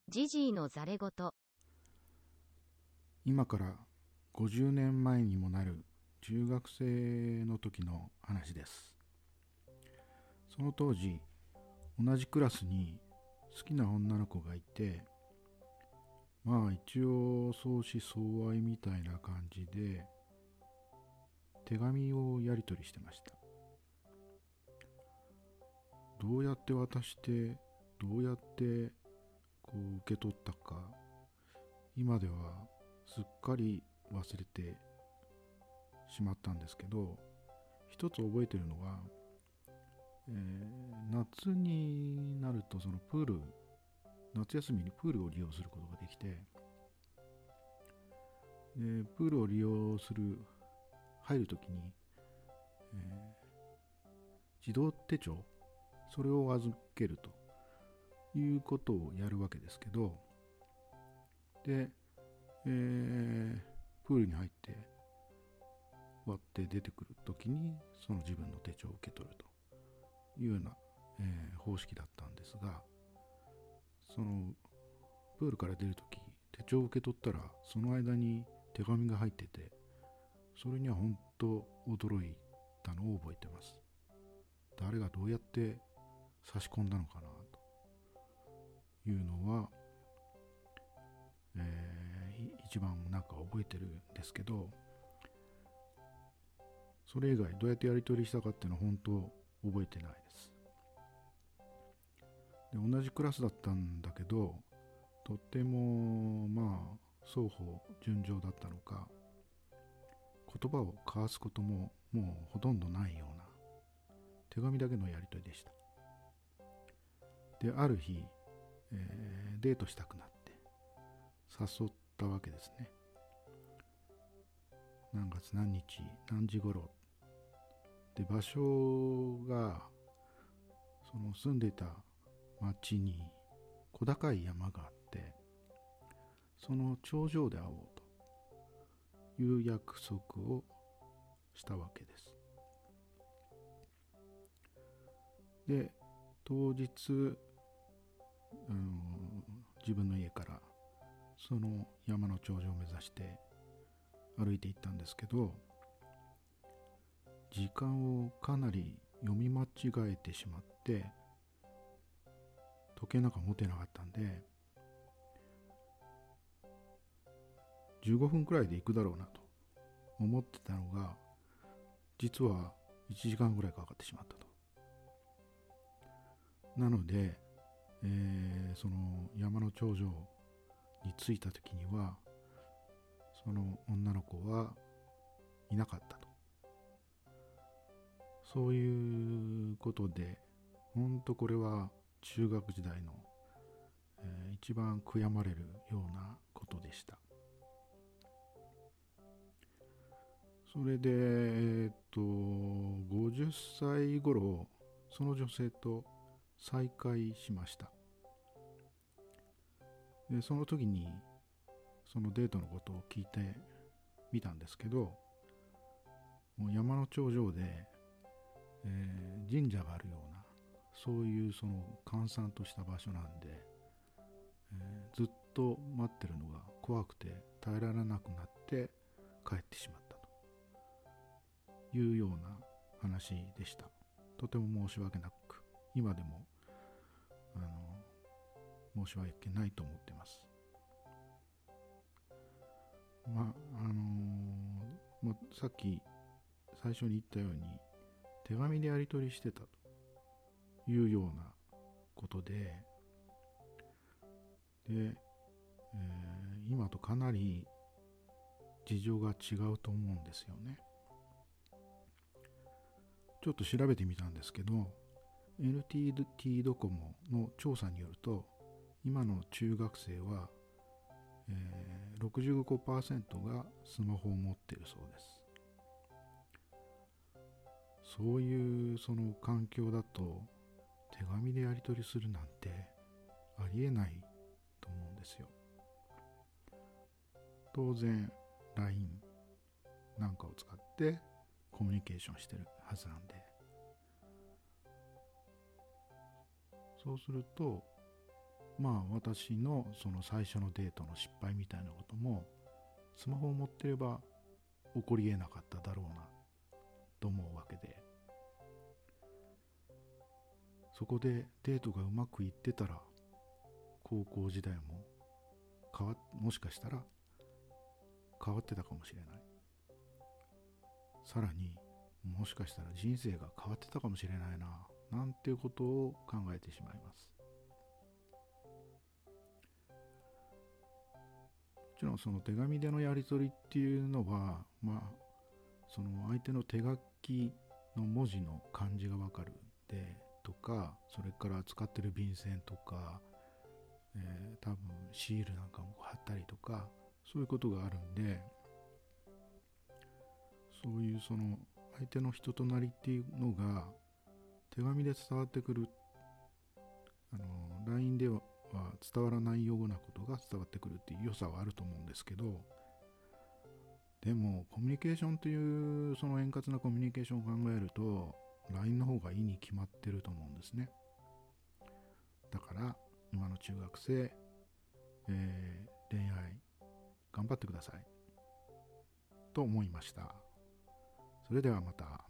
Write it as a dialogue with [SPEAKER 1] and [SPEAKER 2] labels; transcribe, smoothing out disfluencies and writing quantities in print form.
[SPEAKER 1] ジジイのざれ言。
[SPEAKER 2] 今から50年前にもなる中学生の時の話です。その当時、同じクラスに好きな女の子がいて、まあ一応相思相愛みたいな感じで手紙をやり取りしてました。どうやって渡してどうやってこう受け取ったか、今ではすっかり忘れてしまったんですけど、一つ覚えてるのは、夏になるとその夏休みにプールを利用することができて、でプールを利用する入るときに、児童手帳、それを預けるということをやるわけですけど、で、プールに入って割って出てくるときにその自分の手帳を受け取るというような、方式だったんですが、そのプールから出るとき手帳を受け取ったらその間に手紙が入ってて、それには本当驚いたのを覚えてます。誰がどうやって差し込んだのかなというのは、一番なんか覚えてるんですけど、それ以外どうやってやり取りしたかっていうのは本当覚えてないです。で、同じクラスだったんだけど、とっても双方純情だったのか、言葉を交わすことももうほとんどないような手紙だけのやり取りでした。で、ある日、デートしたくなって誘ったわけですね。何月何日何時頃で、場所がその住んでいた町に小高い山があって、その頂上で会おうという約束をしたわけです。で、当日、自分の家からその山の頂上を目指して歩いていったんですけど、時間をかなり読み間違えてしまって、時計なんか持てなかったんで、15分くらいで行くだろうなと思ってたのが、実は1時間ぐらいかかってしまったと。なので、その山の頂上に着いた時にはその女の子はいなかったと。そういうことで、本当これは中学時代の、一番悔やまれるようなことでした。それで、50歳頃、その女性と再会しました。で、その時にそのデートのことを聞いてみたんですけど、もう山の頂上で、神社があるような、そういうその閑散とした場所なんで、ずっと待ってるのが怖くて耐えられなくなって帰ってしまったというような話でした。とても申し訳なく、今でも申し訳ないと思ってます。さっき最初に言ったように手紙でやり取りしてたというようなことで、今とかなり事情が違うと思うんですよね。ちょっと調べてみたんですけど、 NTT ドコモの調査によると、今の中学生は、65% がスマホを持っているそうです。そういうその環境だと手紙でやり取りするなんてありえないと思うんですよ。当然 LINE なんかを使ってコミュニケーションしてるはずなんで、そうすると私のその最初のデートの失敗みたいなこともスマホを持ってれば起こりえなかっただろうなと思うわけで、そこでデートがうまくいってたら高校時代ももしかしたら変わってたかもしれない。さらにもしかしたら人生が変わってたかもしれないな、なんていうことを考えてしまいます。もちろんその手紙でのやり取りっていうのは、その相手の手書きの文字の感じがわかるでとか、それから使ってる便箋とか、多分シールなんかも貼ったりとか、そういうことがあるんで、そういうその相手の人となりっていうのが手紙で伝わってくる、LINE では伝わらないようなことが伝わってくるっていう良さはあると思うんですけど、でもコミュニケーションというその円滑なコミュニケーションを考えると LINE の方がいいに決まってると思うんですね。だから今の中学生、恋愛頑張ってくださいと思いました。それではまた。